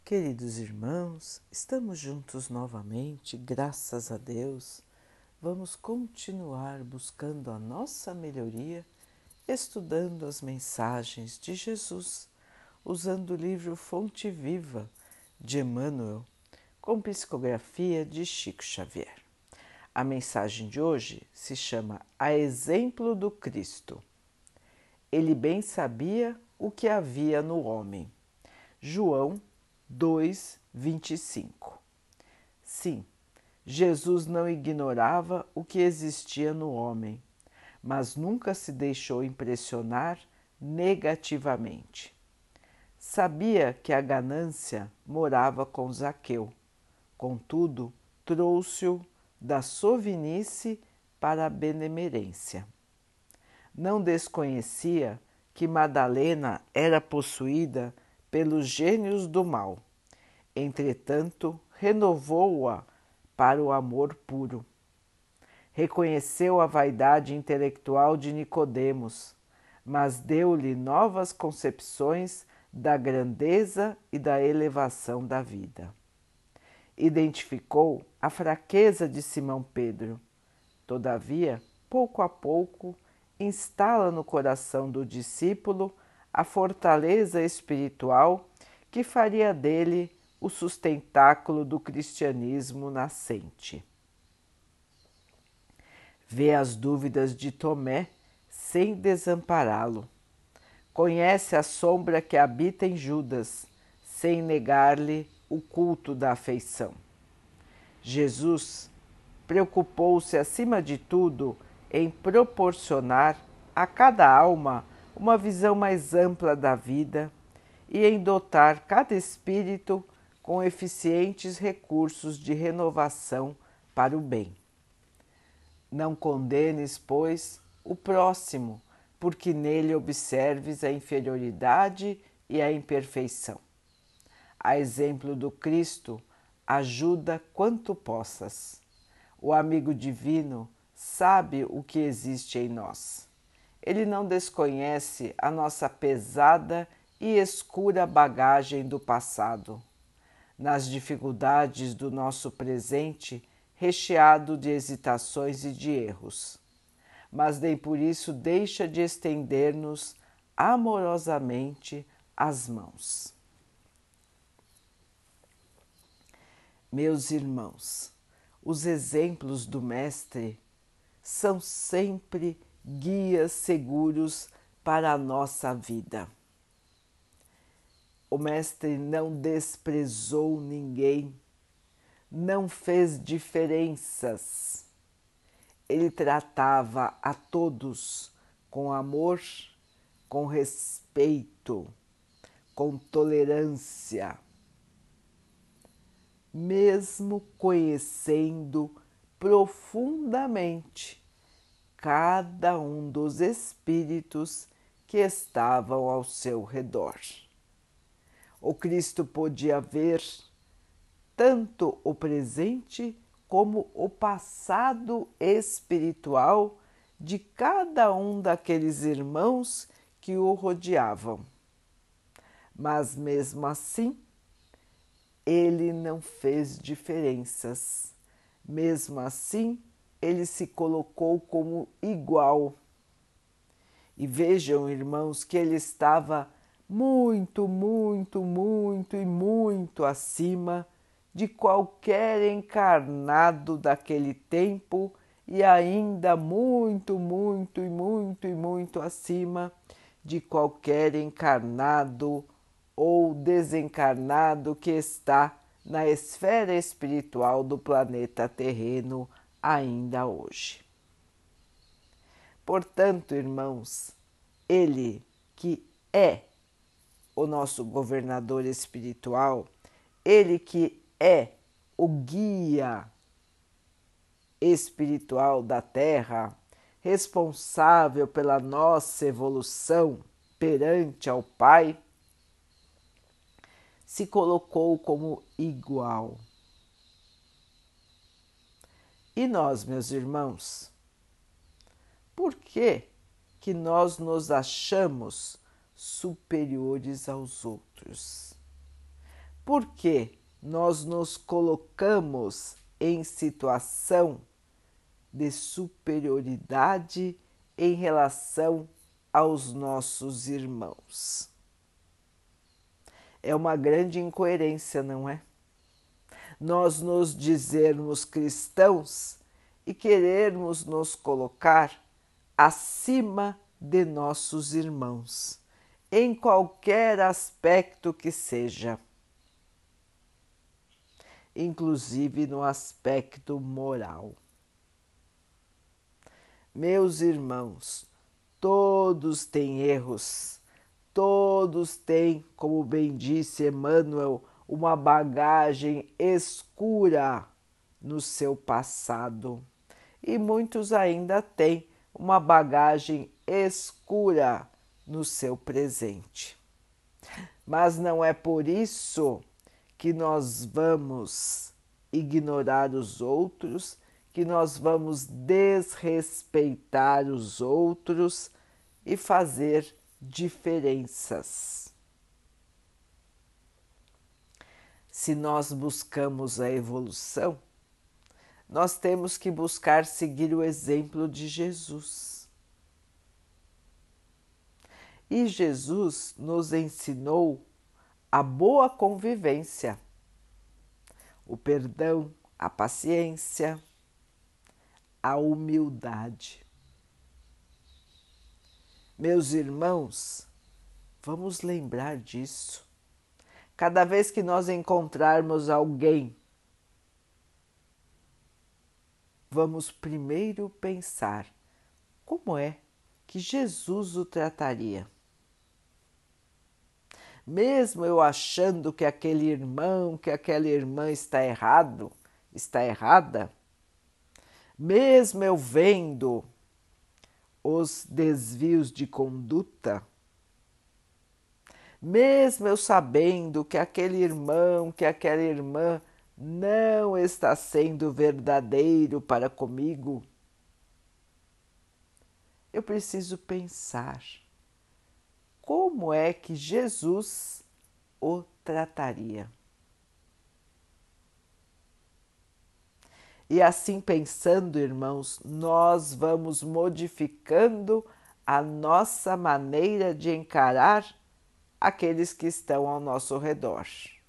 Queridos irmãos, estamos juntos novamente, graças a Deus. Vamos continuar buscando a nossa melhoria, estudando as mensagens de Jesus, usando o livro Fonte Viva de Emmanuel, com psicografia de Chico Xavier. A mensagem de hoje se chama A Exemplo do Cristo. Ele bem sabia o que havia no homem. João 2:25. Sim, Jesus não ignorava o que existia no homem, mas nunca se deixou impressionar negativamente. Sabia que a ganância morava com Zaqueu, contudo, trouxe-o da sovinice para a benemerência. Não desconhecia que Madalena era possuída pelos gênios do mal. Entretanto, renovou-a para o amor puro. Reconheceu a vaidade intelectual de Nicodemos, mas deu-lhe novas concepções da grandeza e da elevação da vida. Identificou a fraqueza de Simão Pedro. Todavia, pouco a pouco, instala no coração do discípulo a fortaleza espiritual que faria dele o sustentáculo do cristianismo nascente. Vê as dúvidas de Tomé sem desampará-lo. Conhece a sombra que habita em Judas, sem negar-lhe o culto da afeição. Jesus preocupou-se, acima de tudo, em proporcionar a cada alma uma visão mais ampla da vida e em dotar cada espírito com eficientes recursos de renovação para o bem. Não condenes, pois, o próximo, porque nele observes a inferioridade e a imperfeição. A exemplo do Cristo, ajuda quanto possas. O amigo divino sabe o que existe em nós. Ele não desconhece a nossa pesada e escura bagagem do passado. Nas dificuldades do nosso presente, recheado de hesitações e de erros. Mas nem por isso deixa de estender-nos amorosamente as mãos. Meus irmãos, os exemplos do Mestre são sempre guias seguros para a nossa vida. O Mestre não desprezou ninguém, não fez diferenças. Ele tratava a todos com amor, com respeito, com tolerância, mesmo conhecendo profundamente cada um dos espíritos que estavam ao seu redor. O Cristo podia ver tanto o presente como o passado espiritual de cada um daqueles irmãos que o rodeavam. Mas mesmo assim, ele não fez diferenças. Mesmo assim, ele se colocou como igual. E vejam, irmãos, que ele estava muito, muito, muito e muito acima de qualquer encarnado daquele tempo e ainda muito, muito e muito e muito acima de qualquer encarnado ou desencarnado que está na esfera espiritual do planeta terreno ainda hoje. Portanto, irmãos, ele que é o nosso governador espiritual, ele que é o guia espiritual da Terra, responsável pela nossa evolução perante ao Pai, se colocou como igual. E nós, meus irmãos, por que nós nos achamos superiores aos outros? Porque nós nos colocamos em situação de superioridade em relação aos nossos irmãos. É uma grande incoerência, não é? Nós nos dizermos cristãos e querermos nos colocar acima de nossos irmãos, em qualquer aspecto que seja, inclusive no aspecto moral. Meus irmãos, todos têm erros, todos têm, como bem disse Emmanuel, uma bagagem escura no seu passado. E muitos ainda têm uma bagagem escura no seu presente. Mas não é por isso que nós vamos ignorar os outros, que nós vamos desrespeitar os outros e fazer diferenças. Se nós buscamos a evolução, nós temos que buscar seguir o exemplo de Jesus. E Jesus nos ensinou a boa convivência, o perdão, a paciência, a humildade. Meus irmãos, vamos lembrar disso. Cada vez que nós encontrarmos alguém, vamos primeiro pensar como é que Jesus o trataria. Mesmo eu achando que aquele irmão, que aquela irmã está errado, está errada, mesmo eu vendo os desvios de conduta, mesmo eu sabendo que aquele irmão, que aquela irmã não está sendo verdadeiro para comigo, eu preciso pensar como é que Jesus o trataria. E assim pensando, irmãos, nós vamos modificando a nossa maneira de encarar aqueles que estão ao nosso redor.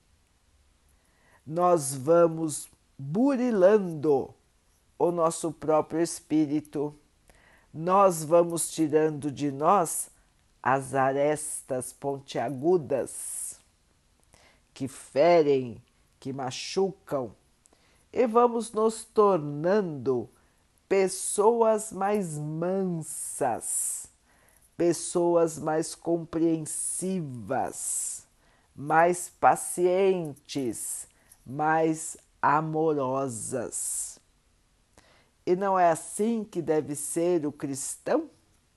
Nós vamos burilando o nosso próprio espírito, nós vamos tirando de nós as arestas pontiagudas que ferem, que machucam, e vamos nos tornando pessoas mais mansas, pessoas mais compreensivas, mais pacientes, mais amorosas. E não é assim que deve ser o cristão?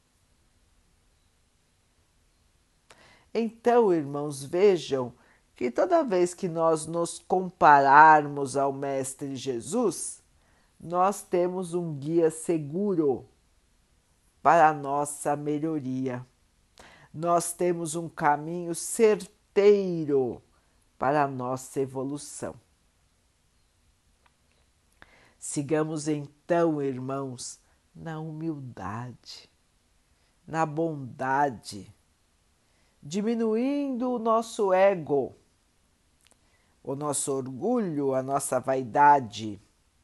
Então, irmãos, vejam que toda vez que nós nos compararmos ao Mestre Jesus, nós temos um guia seguro para a nossa melhoria. Nós temos um caminho certeiro para a nossa evolução. Sigamos então, irmãos, na humildade, na bondade, diminuindo o nosso ego, o nosso orgulho, a nossa vaidade.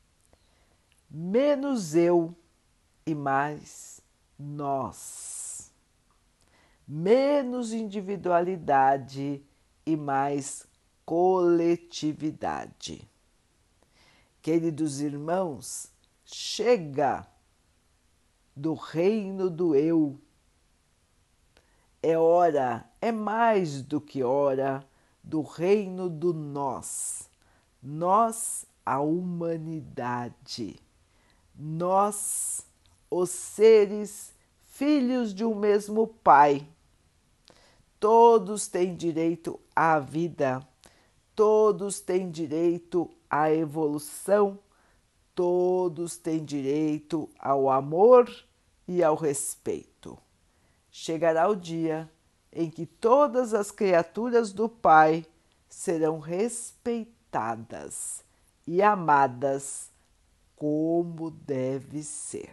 Menos eu e mais nós. Menos individualidade e mais coletividade. Queridos irmãos, chega do reino do eu. É hora, é mais do que hora, do reino do nós. Nós, a humanidade. Nós, os seres filhos de um mesmo Pai. Todos têm direito à vida, todos têm direito à evolução, todos têm direito ao amor e ao respeito. Chegará o dia em que todas as criaturas do Pai serão respeitadas e amadas como deve ser.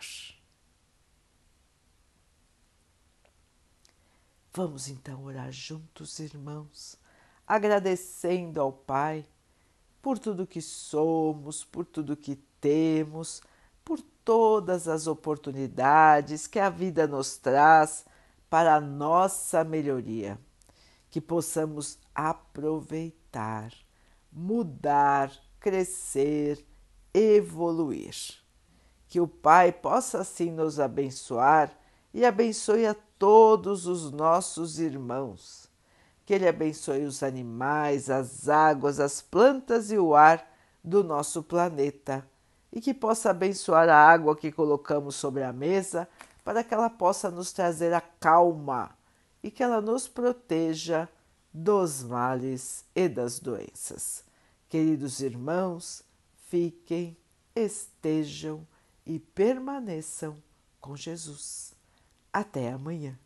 Vamos então orar juntos, irmãos, agradecendo ao Pai por tudo que somos, por tudo que temos, por todas as oportunidades que a vida nos traz para a nossa melhoria. Que possamos aproveitar, mudar, crescer, evoluir. Que o Pai possa assim nos abençoar e abençoe a todos os nossos irmãos. Que Ele abençoe os animais, as águas, as plantas e o ar do nosso planeta. E que possa abençoar a água que colocamos sobre a mesa para que ela possa nos trazer a calma e que ela nos proteja dos males e das doenças. Queridos irmãos, fiquem, estejam e permaneçam com Jesus. Até amanhã.